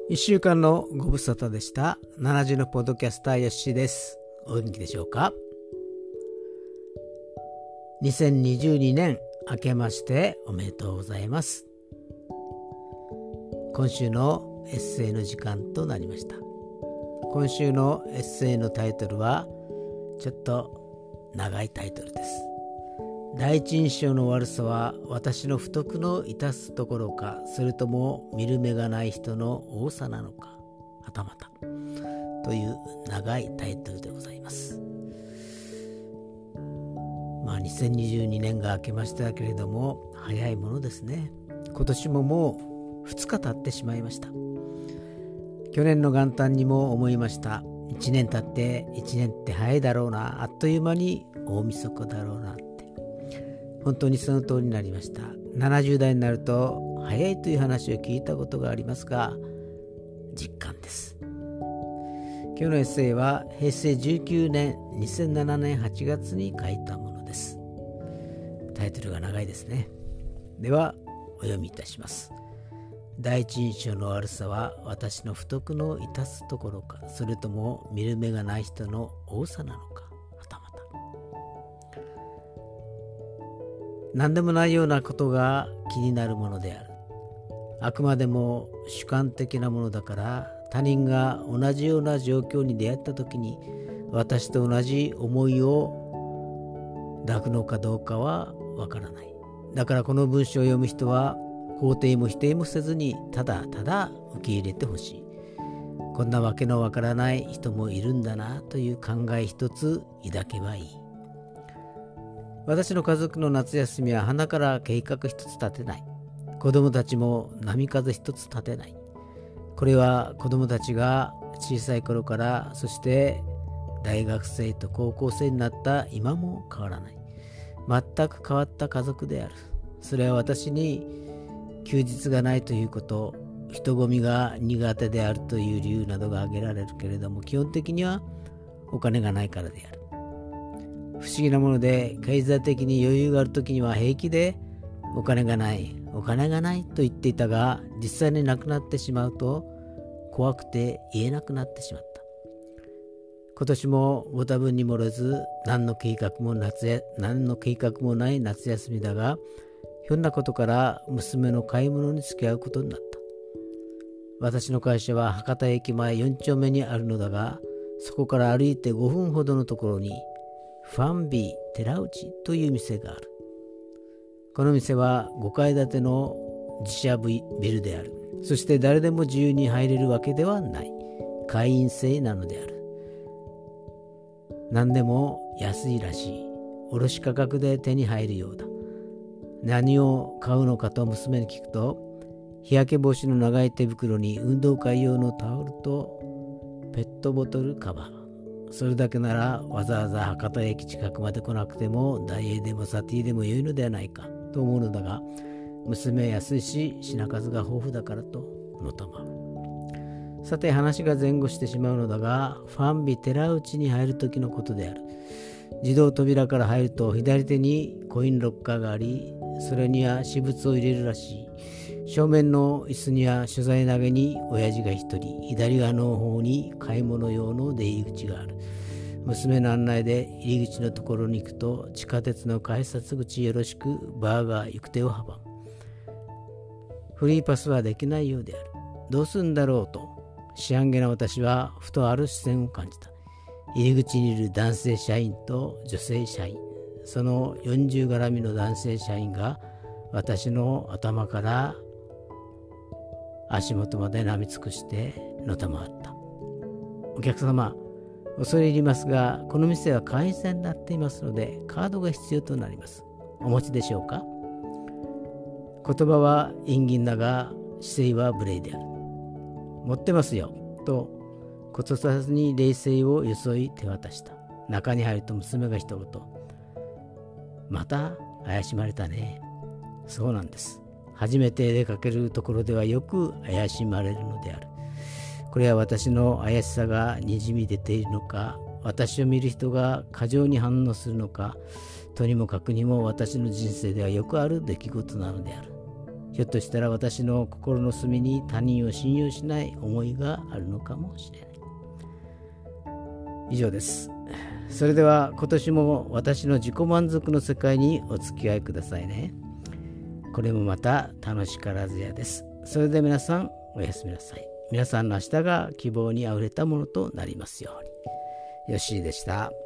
1週間のご無沙汰でした。70のポッドキャスターよっしーです。お元気でしょうか。2022年明けましておめでとうございます。今週のエッセイの時間となりました。今週のエッセイのタイトルはちょっと長いタイトルです。第一印象の悪さは私の不徳の致すところか、それとも見る目がない人の多さなのか、はたまたという長いタイトルでございます。2022年が明けましたけれども、早いものですね。今年ももう2日経ってしまいました。去年の元旦にも思いました。1年経って1年って早いだろうな、あっという間に大晦日だろうなって。本当にその通りになりました。70代になると早いという話を聞いたことがありますが、実感です。今日のエッセイは平成19年2007年8月に書いたものです。タイトルが長いですね。ではお読みいたします。第一印象の悪さは私の不徳の致すところか、それとも見る目がない人の多さなのか、はたまた。何でもないようなことが気になるものである。あくまでも主観的なものだから、他人が同じような状況に出会った時に私と同じ思いを抱くのかどうかはわからない。だからこの文章を読む人は肯定も否定もせずにただただ受け入れてほしい。こんなわけのわからない人もいるんだなという考え一つ抱けばいい。私の家族の夏休みは鼻から計画一つ立てない。子供たちも波風一つ立てない。これは子供たちが小さい頃から、そして大学生と高校生になった今も変わらない。全く変わった家族である。それは私に休日がないということ、人混みが苦手であるという理由などが挙げられるけれども、基本的にはお金がないからである。不思議なもので、経済的に余裕があるときには平気でお金がないと言っていたが、実際になくなってしまうと怖くて言えなくなってしまった。今年もご多分に漏れず、何の計画もない夏休みだが、ひょんなことから娘の買い物に付き合うことになった。私の会社は博多駅前4丁目にあるのだが、そこから歩いて5分ほどのところにファンビー寺内という店がある。この店は5階建ての自社ビルである。そして誰でも自由に入れるわけではない。会員制なのである。何でも安いらしい。卸価格で手に入るようだ。何を買うのかと娘に聞くと、日焼け防止の長い手袋に運動会用のタオルとペットボトルカバー。それだけならわざわざ博多駅近くまで来なくてもダイエーでもサティでも良いのではないかと思うのだが、娘は安いし品数が豊富だからとのたまう。さて話が前後してしまうのだが、ファンビ寺内に入る時のことである。自動扉から入ると左手にコインロッカーがあり、それには私物を入れるらしい。正面の椅子には取材投げに親父が一人、左側の方に買い物用の出入り口がある。娘の案内で入り口のところに行くと、地下鉄の改札口よろしくバーが行く手を阻む。フリーパスはできないようである。どうすんだろうと思案げな私はふとある視線を感じた。入り口にいる男性社員と女性社員、その40絡みの男性社員が私の頭から足元まで舐め尽くしてのたまわった。お客様、恐れ入りますが、この店は会員制になっていますのでカードが必要となります。お持ちでしょうか。言葉は陰銀だが姿勢は無礼である。持ってますよとことさらずに冷静を装い手渡した。中に入ると娘が一言、また怪しまれたね。そうなんです。初めて出かけるところではよく怪しまれるのである。これは私の怪しさがにじみ出ているのか、私を見る人が過剰に反応するのか、とにもかくにも私の人生ではよくある出来事なのである。 ひょっとしたら私の心の隅に他人を信用しない思いがあるのかもしれない。以上です。それでは今年も私の自己満足の世界にお付き合いくださいね。これもまた楽しからずやです。それで皆さんおやすみなさい。皆さんの明日が希望にあふれたものとなりますように。よっしーでした。